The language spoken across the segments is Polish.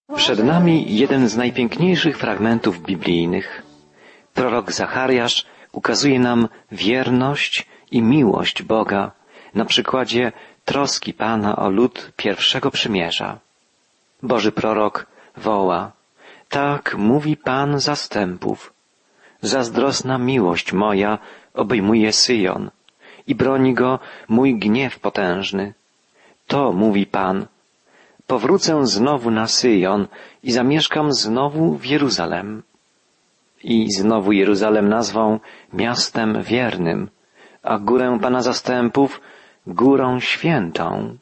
Przed nami jeden z najpiękniejszych fragmentów biblijnych. Prorok Zachariasz ukazuje nam wierność i miłość Boga na przykładzie troski Pana o lud pierwszego przymierza. Boży prorok woła: tak mówi Pan zastępów. Zazdrosna miłość moja obejmuje Syjon i broni go mój gniew potężny. To mówi Pan: powrócę znowu na Syjon i zamieszkam znowu w Jeruzalem. I znowu Jeruzalem nazwą miastem wiernym, a górę Pana zastępów górą świętą.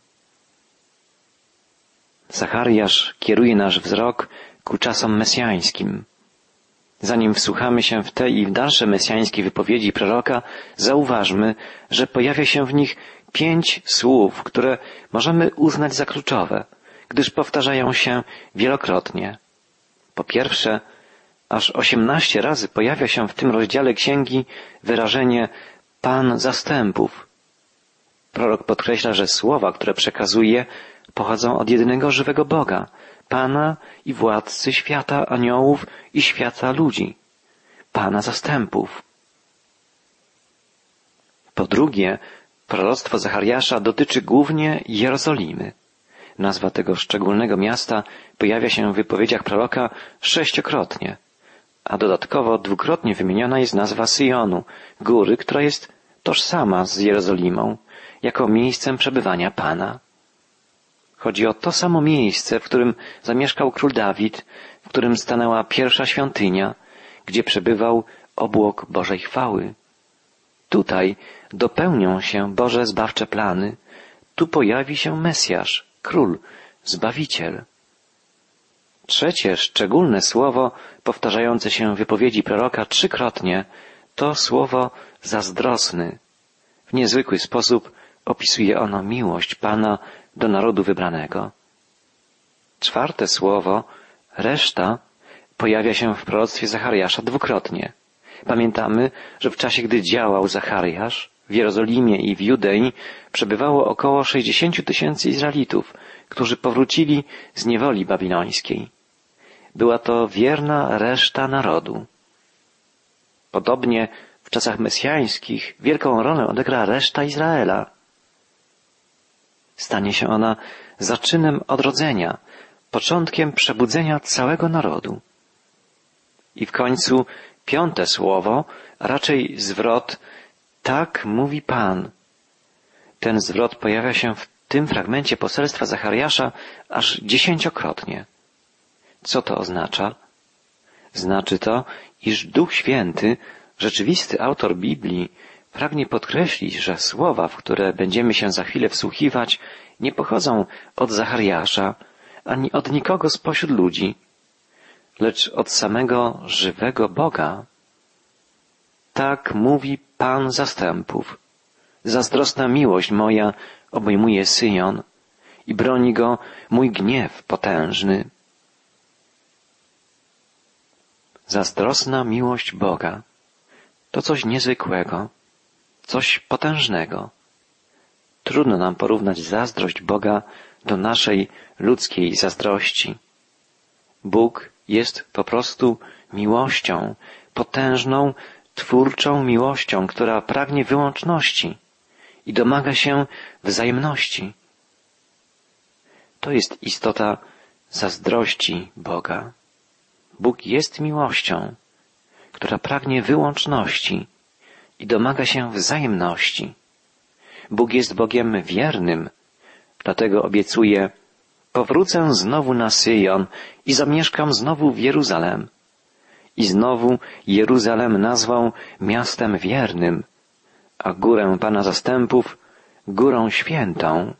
Zachariasz kieruje nasz wzrok ku czasom mesjańskim. Zanim wsłuchamy się w te i w dalsze mesjańskie wypowiedzi proroka, zauważmy, że pojawia się w nich 5 słów, które możemy uznać za kluczowe, gdyż powtarzają się wielokrotnie. Po pierwsze, aż 18 razy pojawia się w tym rozdziale księgi wyrażenie Pan zastępów. Prorok podkreśla, że słowa, które przekazuje, pochodzą od jedynego żywego Boga, Pana i Władcy świata aniołów i świata ludzi, Pana zastępów. Po drugie, proroctwo Zachariasza dotyczy głównie Jerozolimy. Nazwa tego szczególnego miasta pojawia się w wypowiedziach proroka 6-krotnie, a dodatkowo 2-krotnie wymieniona jest nazwa Syjonu, góry, która jest tożsama z Jerozolimą, jako miejscem przebywania Pana. Chodzi o to samo miejsce, w którym zamieszkał król Dawid, w którym stanęła pierwsza świątynia, gdzie przebywał obłok Bożej chwały. Tutaj dopełnią się Boże zbawcze plany, tu pojawi się Mesjasz, Król, Zbawiciel. Trzecie, szczególne słowo, powtarzające się w wypowiedzi proroka 3-krotnie, to słowo zazdrosny. W niezwykły sposób opisuje ono miłość Pana do narodu wybranego. 4. słowo, reszta, pojawia się w proroctwie Zachariasza 2-krotnie. Pamiętamy, że w czasie, gdy działał Zachariasz, w Jerozolimie i w Judei przebywało około 60 000 Izraelitów, którzy powrócili z niewoli babilońskiej. Była to wierna reszta narodu. Podobnie w czasach mesjańskich wielką rolę odegra reszta Izraela. Stanie się ona zaczynem odrodzenia, początkiem przebudzenia całego narodu. I w końcu 5. słowo, a raczej zwrot tak mówi Pan. Ten zwrot pojawia się w tym fragmencie poselstwa Zachariasza aż 10-krotnie. Co to oznacza? Znaczy to, iż Duch Święty, rzeczywisty autor Biblii, pragnie podkreślić, że słowa, w które będziemy się za chwilę wsłuchiwać, nie pochodzą od Zachariasza, ani od nikogo spośród ludzi, lecz od samego żywego Boga. Tak mówi Pan zastępów. Zazdrosna miłość moja obejmuje Syjon i broni go mój gniew potężny. Zazdrosna miłość Boga to coś niezwykłego, coś potężnego. Trudno nam porównać zazdrość Boga do naszej ludzkiej zazdrości. Bóg jest po prostu miłością, potężną, twórczą miłością, która pragnie wyłączności i domaga się wzajemności. To jest istota zazdrości Boga. Bóg jest miłością, która pragnie wyłączności i domaga się wzajemności. Bóg jest Bogiem wiernym, dlatego obiecuje: powrócę znowu na Syjon i zamieszkam znowu w Jeruzalem. I znowu Jeruzalem nazwał miastem wiernym, a górę Pana zastępów górą świętą.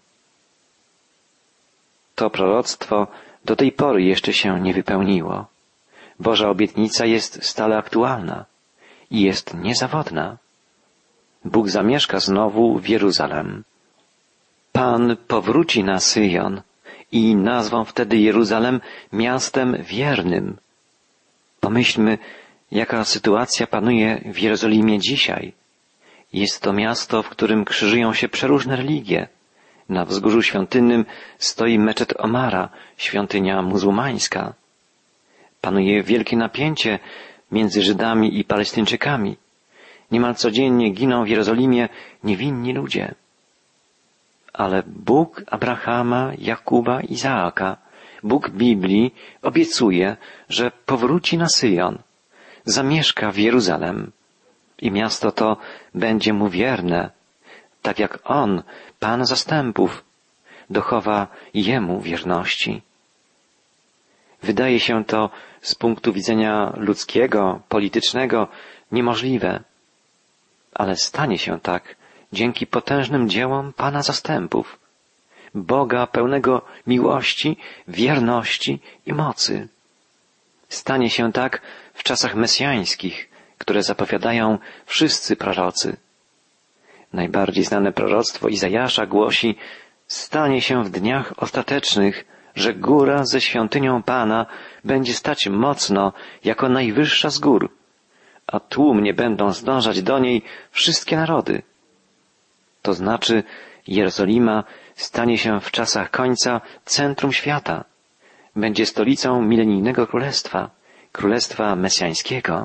To proroctwo do tej pory jeszcze się nie wypełniło. Boża obietnica jest stale aktualna i jest niezawodna. Bóg zamieszka znowu w Jeruzalem. Pan powróci na Syjon i nazwą wtedy Jeruzalem miastem wiernym. Pomyślmy, jaka sytuacja panuje w Jerozolimie dzisiaj. Jest to miasto, w którym krzyżują się przeróżne religie, Na wzgórzu świątynnym stoi meczet Omara, świątynia muzułmańska. Panuje wielkie napięcie między Żydami i Palestyńczykami. Niemal codziennie giną w Jerozolimie niewinni ludzie. Ale Bóg Abrahama, Jakuba, Izaaka, Bóg Biblii obiecuje, że powróci na Syjon, zamieszka w Jeruzalem i miasto to będzie mu wierne, tak jak On, Pan zastępów, dochowa Jemu wierności. Wydaje się to z punktu widzenia ludzkiego, politycznego niemożliwe, ale stanie się tak dzięki potężnym dziełom Pana zastępów, Boga pełnego miłości, wierności i mocy. Stanie się tak w czasach mesjańskich, które zapowiadają wszyscy prorocy. Najbardziej znane proroctwo Izajasza głosi: stanie się w dniach ostatecznych, że góra ze świątynią Pana będzie stać mocno jako najwyższa z gór, a tłumnie będą zdążać do niej wszystkie narody. To znaczy, Jerozolima stanie się w czasach końca centrum świata. Będzie stolicą milenijnego królestwa, królestwa mesjańskiego.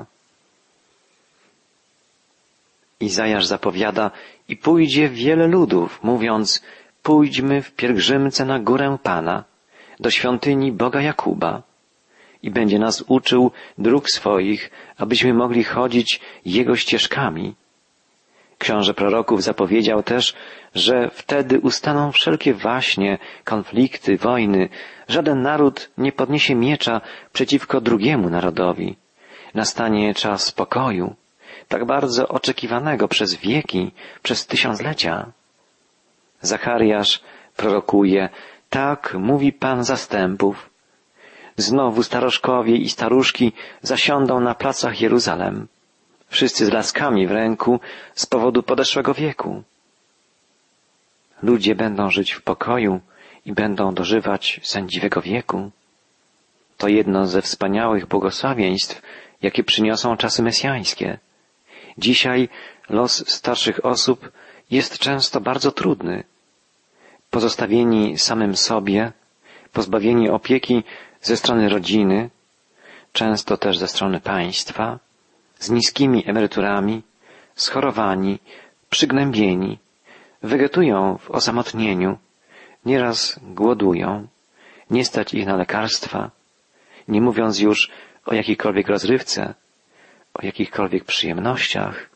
Izajasz zapowiada: i pójdzie wiele ludów, mówiąc: pójdźmy w pielgrzymce na górę Pana, do świątyni Boga Jakuba. I będzie nas uczył dróg swoich, abyśmy mogli chodzić Jego ścieżkami. Książę proroków zapowiedział też, że wtedy ustaną wszelkie waśnie, konflikty, wojny. Żaden naród nie podniesie miecza przeciwko drugiemu narodowi. Nastanie czas spokoju, tak bardzo oczekiwanego przez wieki, przez tysiąclecia. Zachariasz prorokuje: tak mówi Pan zastępów. Znowu starożkowie i staruszki zasiądą na placach Jeruzalem, wszyscy z laskami w ręku z powodu podeszłego wieku. Ludzie będą żyć w pokoju i będą dożywać sędziwego wieku. To jedno ze wspaniałych błogosławieństw, jakie przyniosą czasy mesjańskie. Dzisiaj los starszych osób jest często bardzo trudny. Pozostawieni samym sobie, pozbawieni opieki ze strony rodziny, często też ze strony państwa, z niskimi emeryturami, schorowani, przygnębieni, wegetują w osamotnieniu, nieraz głodują, nie stać ich na lekarstwa, nie mówiąc już o jakiejkolwiek rozrywce, o jakichkolwiek przyjemnościach.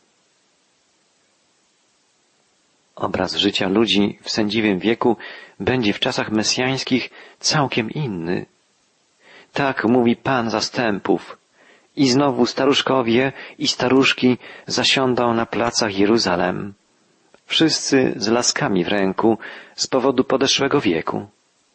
Obraz życia ludzi w sędziwym wieku będzie w czasach mesjańskich całkiem inny. Tak mówi Pan zastępów. I znowu staruszkowie i staruszki zasiądą na placach Jeruzalem, wszyscy z laskami w ręku z powodu podeszłego wieku.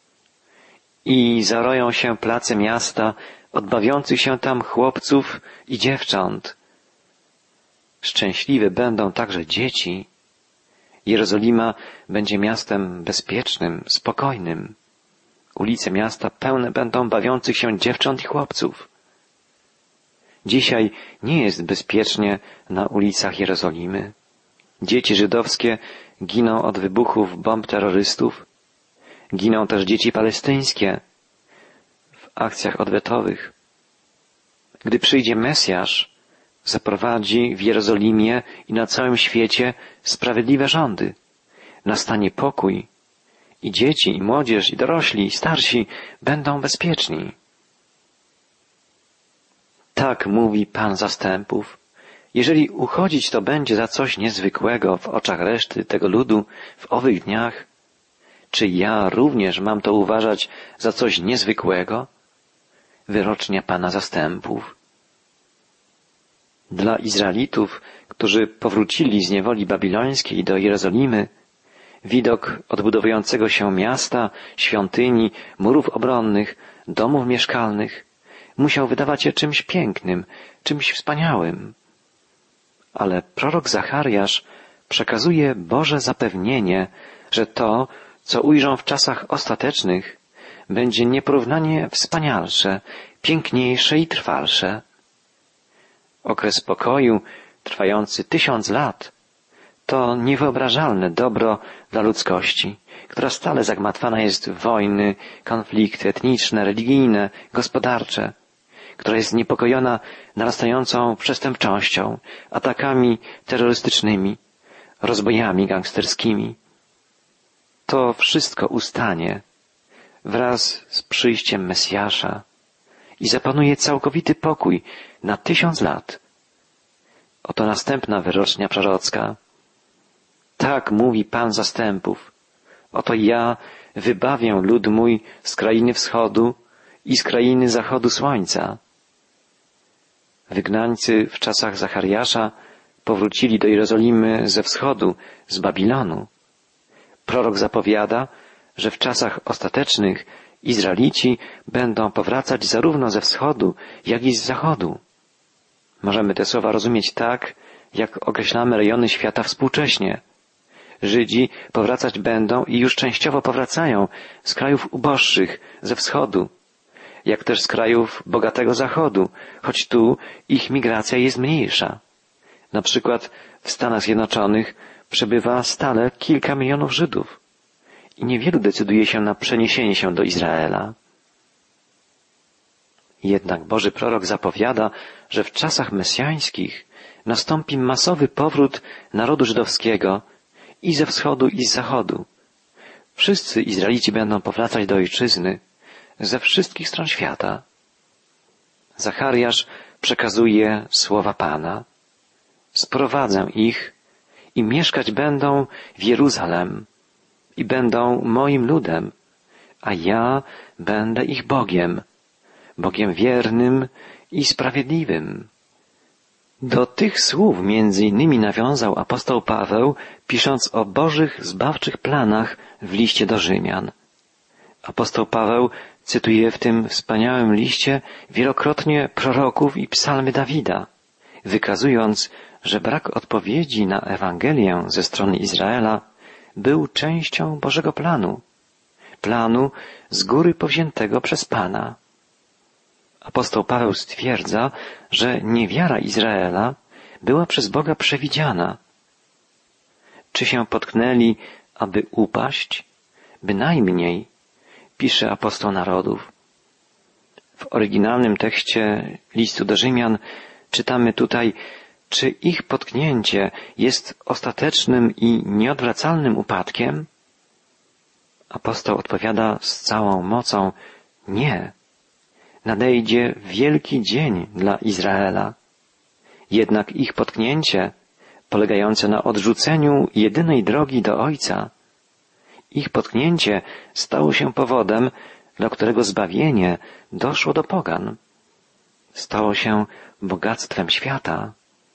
I zaroją się place miasta od bawiących się tam chłopców i dziewcząt. Szczęśliwe będą także dzieci. Jerozolima będzie miastem bezpiecznym, spokojnym. Ulice miasta pełne będą bawiących się dziewcząt i chłopców. Dzisiaj nie jest bezpiecznie na ulicach Jerozolimy. Dzieci żydowskie giną od wybuchów bomb terrorystów. Giną też dzieci palestyńskie w akcjach odwetowych. Gdy przyjdzie Mesjasz, zaprowadzi w Jerozolimie i na całym świecie sprawiedliwe rządy. Nastanie pokój i dzieci, i młodzież, i dorośli, i starsi będą bezpieczni. Tak mówi Pan zastępów. Jeżeli uchodzić to będzie za coś niezwykłego w oczach reszty tego ludu w owych dniach, czy ja również mam to uważać za coś niezwykłego? Wyrocznia Pana zastępów. Dla Izraelitów, którzy powrócili z niewoli babilońskiej do Jerozolimy, widok odbudowującego się miasta, świątyni, murów obronnych, domów mieszkalnych musiał wydawać się czymś pięknym, czymś wspaniałym. Ale prorok Zachariasz przekazuje Boże zapewnienie, że to, co ujrzą w czasach ostatecznych, będzie nieporównanie wspanialsze, piękniejsze i trwalsze. Okres pokoju, trwający 1000 lat, To niewyobrażalne dobro dla ludzkości, która stale zagmatwana jest w wojny, konflikty etniczne, religijne, gospodarcze, która jest zniepokojona narastającą przestępczością, atakami terrorystycznymi, rozbojami gangsterskimi. To wszystko ustanie wraz z przyjściem Mesjasza i zapanuje całkowity pokój na 1000 lat. Oto następna wyrocznia prorocka. Tak mówi Pan zastępów. Oto ja wybawię lud mój z krainy wschodu i z krainy zachodu słońca. Wygnańcy w czasach Zachariasza powrócili do Jerozolimy ze wschodu, z Babilonu. Prorok zapowiada, że w czasach ostatecznych Izraelici będą powracać zarówno ze wschodu, jak i z zachodu. Możemy te słowa rozumieć tak, jak określamy rejony świata współcześnie. Żydzi powracać będą i już częściowo powracają z krajów uboższych, ze wschodu, jak też z krajów bogatego zachodu, choć tu ich migracja jest mniejsza. Na przykład w Stanach Zjednoczonych przebywa stale kilka milionów Żydów i niewielu decyduje się na przeniesienie się do Izraela. Jednak Boży prorok zapowiada, że w czasach mesjańskich nastąpi masowy powrót narodu żydowskiego i ze wschodu, i z zachodu. Wszyscy Izraelici będą powracać do ojczyzny ze wszystkich stron świata. Zachariasz przekazuje słowa Pana. Sprowadzę ich i mieszkać będą w Jeruzalem i będą moim ludem, a ja będę ich Bogiem, Bogiem wiernym i sprawiedliwym. Do tych słów między innymi nawiązał apostoł Paweł, pisząc o Bożych zbawczych planach w liście do Rzymian. Apostoł Paweł cytuje w tym wspaniałym liście wielokrotnie proroków i psalmy Dawida, wykazując, że brak odpowiedzi na Ewangelię ze strony Izraela był częścią Bożego planu z góry powziętego przez Pana. Apostoł Paweł stwierdza, że niewiara Izraela była przez Boga przewidziana. Czy się potknęli, aby upaść? Bynajmniej, pisze apostoł narodów. W oryginalnym tekście listu do Rzymian czytamy tutaj, czy ich potknięcie jest ostatecznym i nieodwracalnym upadkiem? Apostoł odpowiada z całą mocą, nie. Nadejdzie wielki dzień dla Izraela. Jednak ich potknięcie, polegające na odrzuceniu jedynej drogi do Ojca, ich potknięcie stało się powodem, dla którego zbawienie doszło do pogan. Stało się bogactwem świata.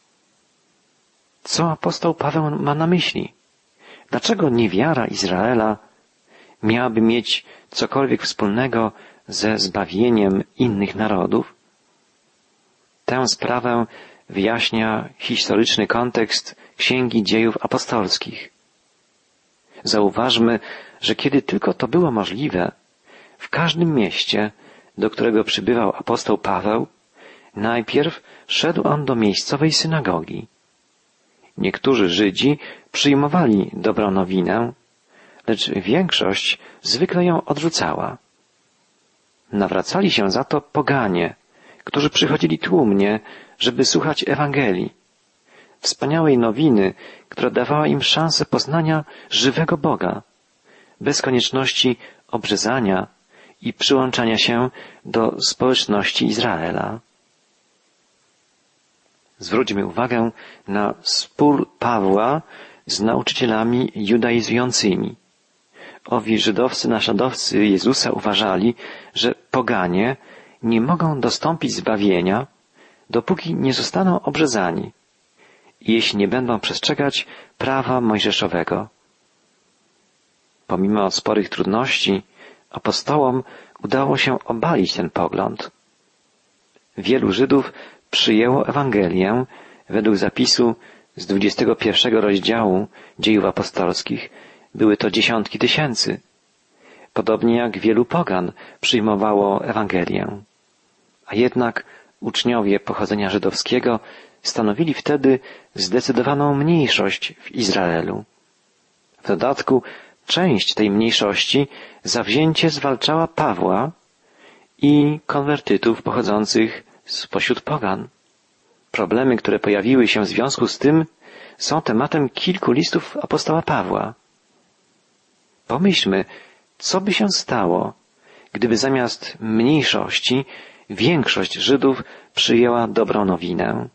Co apostoł Paweł ma na myśli? Dlaczego niewiara Izraela miałaby mieć cokolwiek wspólnego ze zbawieniem innych narodów? Tę sprawę wyjaśnia historyczny kontekst Księgi Dziejów Apostolskich. Zauważmy, że kiedy tylko to było możliwe, w każdym mieście, do którego przybywał apostoł Paweł, najpierw szedł on do miejscowej synagogi. Niektórzy Żydzi przyjmowali dobrą nowinę, lecz większość zwykle ją odrzucała. Nawracali się za to poganie, którzy przychodzili tłumnie, żeby słuchać Ewangelii, wspaniałej nowiny, która dawała im szansę poznania żywego Boga, bez konieczności obrzezania i przyłączania się do społeczności Izraela. Zwróćmy uwagę na spór Pawła z nauczycielami judaizującymi. Owi żydowscy naśladowcy Jezusa uważali, że poganie nie mogą dostąpić zbawienia, dopóki nie zostaną obrzezani i jeśli nie będą przestrzegać prawa mojżeszowego. Pomimo sporych trudności, apostołom udało się obalić ten pogląd. Wielu Żydów przyjęło Ewangelię według zapisu z 21 rozdziału Dziejów Apostolskich. Były to dziesiątki tysięcy. Podobnie jak wielu pogan przyjmowało Ewangelię. A jednak uczniowie pochodzenia żydowskiego stanowili wtedy zdecydowaną mniejszość w Izraelu. W dodatku część tej mniejszości zawzięcie zwalczała Pawła i konwertytów pochodzących spośród pogan. Problemy, które pojawiły się w związku z tym, są tematem kilku listów apostoła Pawła. Pomyślmy, co by się stało, gdyby zamiast mniejszości większość Żydów przyjęła dobrą nowinę.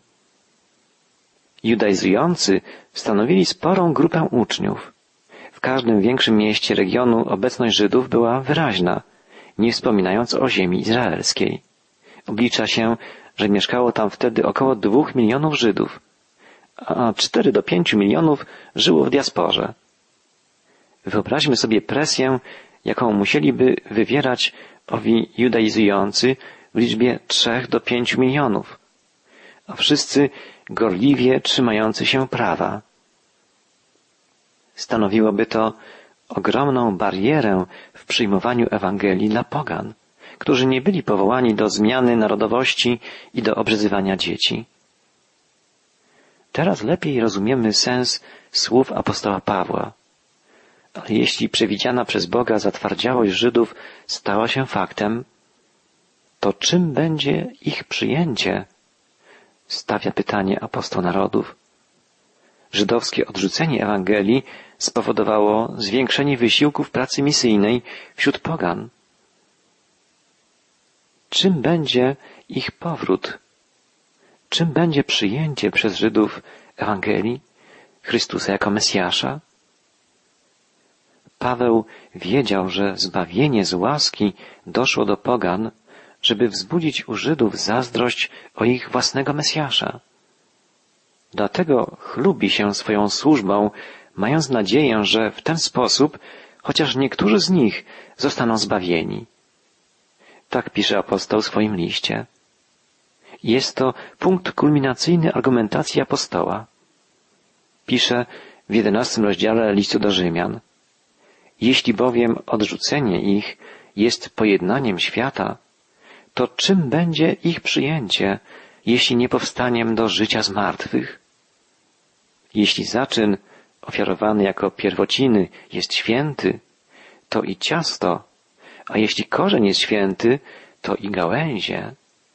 Judaizujący stanowili sporą grupę uczniów. W każdym większym mieście regionu obecność Żydów była wyraźna, nie wspominając o ziemi izraelskiej. Oblicza się, że mieszkało tam wtedy około 2 milionów Żydów, a 4 do 5 milionów żyło w diasporze. Wyobraźmy sobie presję, jaką musieliby wywierać owi judaizujący w liczbie 3 do 5 milionów, a wszyscy gorliwie trzymający się prawa. Stanowiłoby to ogromną barierę w przyjmowaniu Ewangelii dla pogan, którzy nie byli powołani do zmiany narodowości i do obrzyzywania dzieci. Teraz lepiej rozumiemy sens słów apostoła Pawła. Ale jeśli przewidziana przez Boga zatwardziałość Żydów stała się faktem, to czym będzie ich przyjęcie? Stawia pytanie apostoł narodów. Żydowskie odrzucenie Ewangelii spowodowało zwiększenie wysiłków pracy misyjnej wśród pogan. Czym będzie ich powrót? Czym będzie przyjęcie przez Żydów Ewangelii, Chrystusa jako Mesjasza? Paweł wiedział, że zbawienie z łaski doszło do pogan, żeby wzbudzić u Żydów zazdrość o ich własnego Mesjasza. Dlatego chlubi się swoją służbą, mając nadzieję, że w ten sposób chociaż niektórzy z nich zostaną zbawieni. Tak pisze apostoł w swoim liście. Jest to punkt kulminacyjny argumentacji apostoła. Pisze w 11 rozdziale listu do Rzymian. Jeśli bowiem odrzucenie ich jest pojednaniem świata, to czym będzie ich przyjęcie, jeśli nie powstaniem do życia z martwych? Jeśli zaczyn ofiarowany jako pierwociny jest święty, to i ciasto, a jeśli korzeń jest święty, to i gałęzie.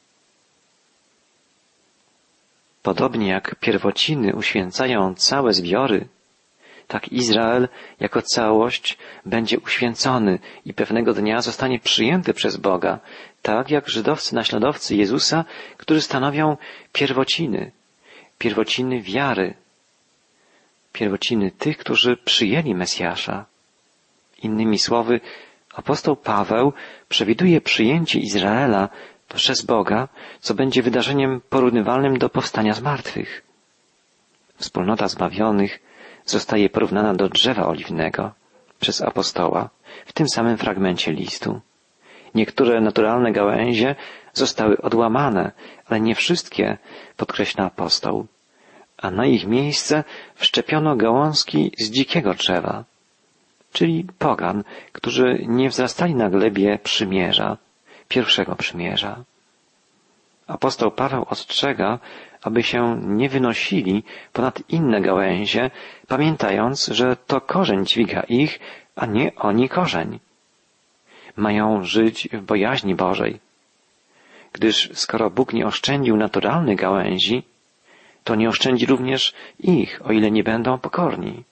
Podobnie jak pierwociny uświęcają całe zbiory, tak Izrael jako całość będzie uświęcony i pewnego dnia zostanie przyjęty przez Boga, tak jak żydowscy naśladowcy Jezusa, którzy stanowią pierwociny wiary, pierwociny tych, którzy przyjęli Mesjasza. Innymi słowy, apostoł Paweł przewiduje przyjęcie Izraela przez Boga, co będzie wydarzeniem porównywalnym do powstania z martwych. Wspólnota zbawionych zostaje porównana do drzewa oliwnego przez apostoła w tym samym fragmencie listu. Niektóre naturalne gałęzie zostały odłamane, ale nie wszystkie, podkreśla apostoł, a na ich miejsce wszczepiono gałązki z dzikiego drzewa, czyli pogan, którzy nie wzrastali na glebie przymierza, pierwszego przymierza. Apostoł Paweł ostrzega, aby się nie wynosili ponad inne gałęzie, pamiętając, że to korzeń dźwiga ich, a nie oni korzeń. Mają żyć w bojaźni Bożej, gdyż skoro Bóg nie oszczędził naturalnych gałęzi, to nie oszczędzi również ich, o ile nie będą pokorni.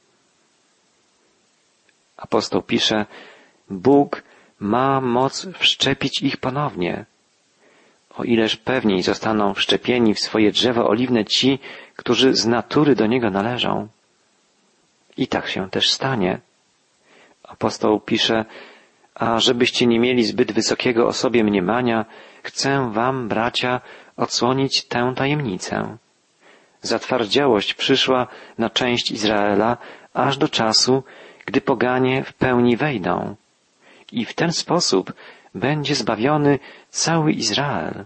Apostoł pisze, Bóg ma moc wszczepić ich ponownie, o ileż pewniej zostaną wszczepieni w swoje drzewo oliwne ci, którzy z natury do niego należą. I tak się też stanie. Apostoł pisze, a żebyście nie mieli zbyt wysokiego o sobie mniemania, chcę wam, bracia, odsłonić tę tajemnicę. Zatwardziałość przyszła na część Izraela aż do czasu, gdy poganie w pełni wejdą. I w ten sposób będzie zbawiony cały Izrael.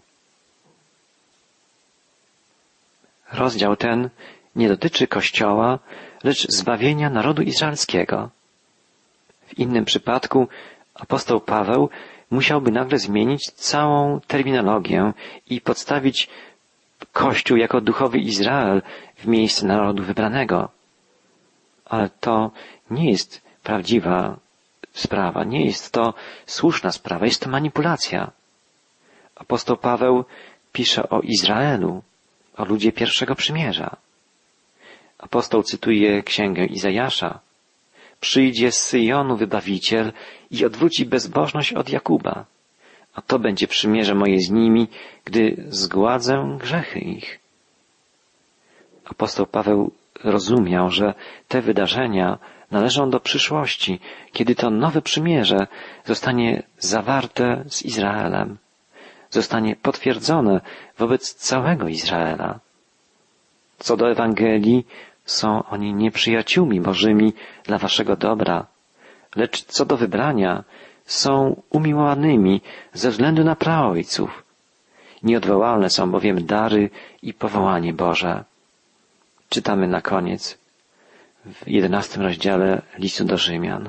Rozdział ten nie dotyczy Kościoła, lecz zbawienia narodu izraelskiego. W innym przypadku apostoł Paweł musiałby nagle zmienić całą terminologię i podstawić Kościół jako duchowy Izrael w miejsce narodu wybranego. Ale to nie jest prawdziwa sprawa, nie jest to słuszna sprawa, jest to manipulacja. Apostoł Paweł pisze o Izraelu, o ludzie pierwszego przymierza. Apostoł cytuje księgę Izajasza. Przyjdzie z Syjonu wybawiciel i odwróci bezbożność od Jakuba. A to będzie przymierze moje z nimi, gdy zgładzę grzechy ich. Apostoł Paweł rozumiał, że te wydarzenia należą do przyszłości, kiedy to nowe przymierze zostanie zawarte z Izraelem, zostanie potwierdzone wobec całego Izraela. Co do Ewangelii, są oni nieprzyjaciółmi Bożymi dla waszego dobra, lecz co do wybrania, są umiłowanymi ze względu na praojców. Nieodwołalne są bowiem dary i powołanie Boże. Czytamy na koniec w 11 rozdziale listu do Rzymian.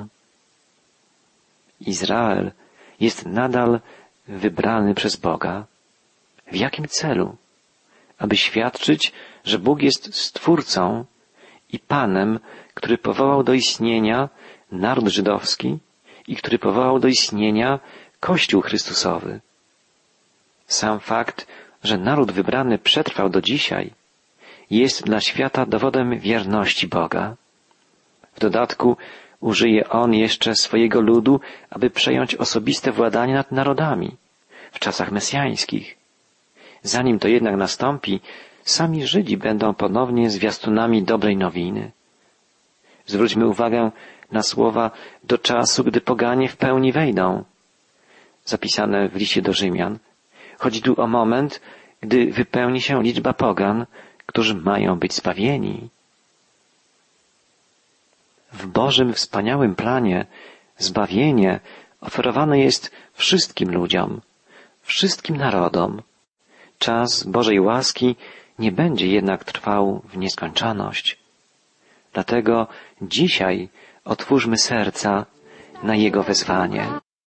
Izrael jest nadal wybrany przez Boga. W jakim celu? Aby świadczyć, że Bóg jest Stwórcą i Panem, który powołał do istnienia naród żydowski i który powołał do istnienia Kościół Chrystusowy. Sam fakt, że naród wybrany przetrwał do dzisiaj, jest dla świata dowodem wierności Boga. W dodatku użyje On jeszcze swojego ludu, aby przejąć osobiste władanie nad narodami w czasach mesjańskich. Zanim to jednak nastąpi, sami Żydzi będą ponownie zwiastunami dobrej nowiny. Zwróćmy uwagę na słowa do czasu, gdy poganie w pełni wejdą, zapisane w liście do Rzymian. Chodzi tu o moment, gdy wypełni się liczba pogan, którzy mają być zbawieni. W Bożym wspaniałym planie zbawienie oferowane jest wszystkim ludziom, wszystkim narodom. Czas Bożej łaski nie będzie jednak trwał w nieskończoność. Dlatego dzisiaj otwórzmy serca na Jego wezwanie.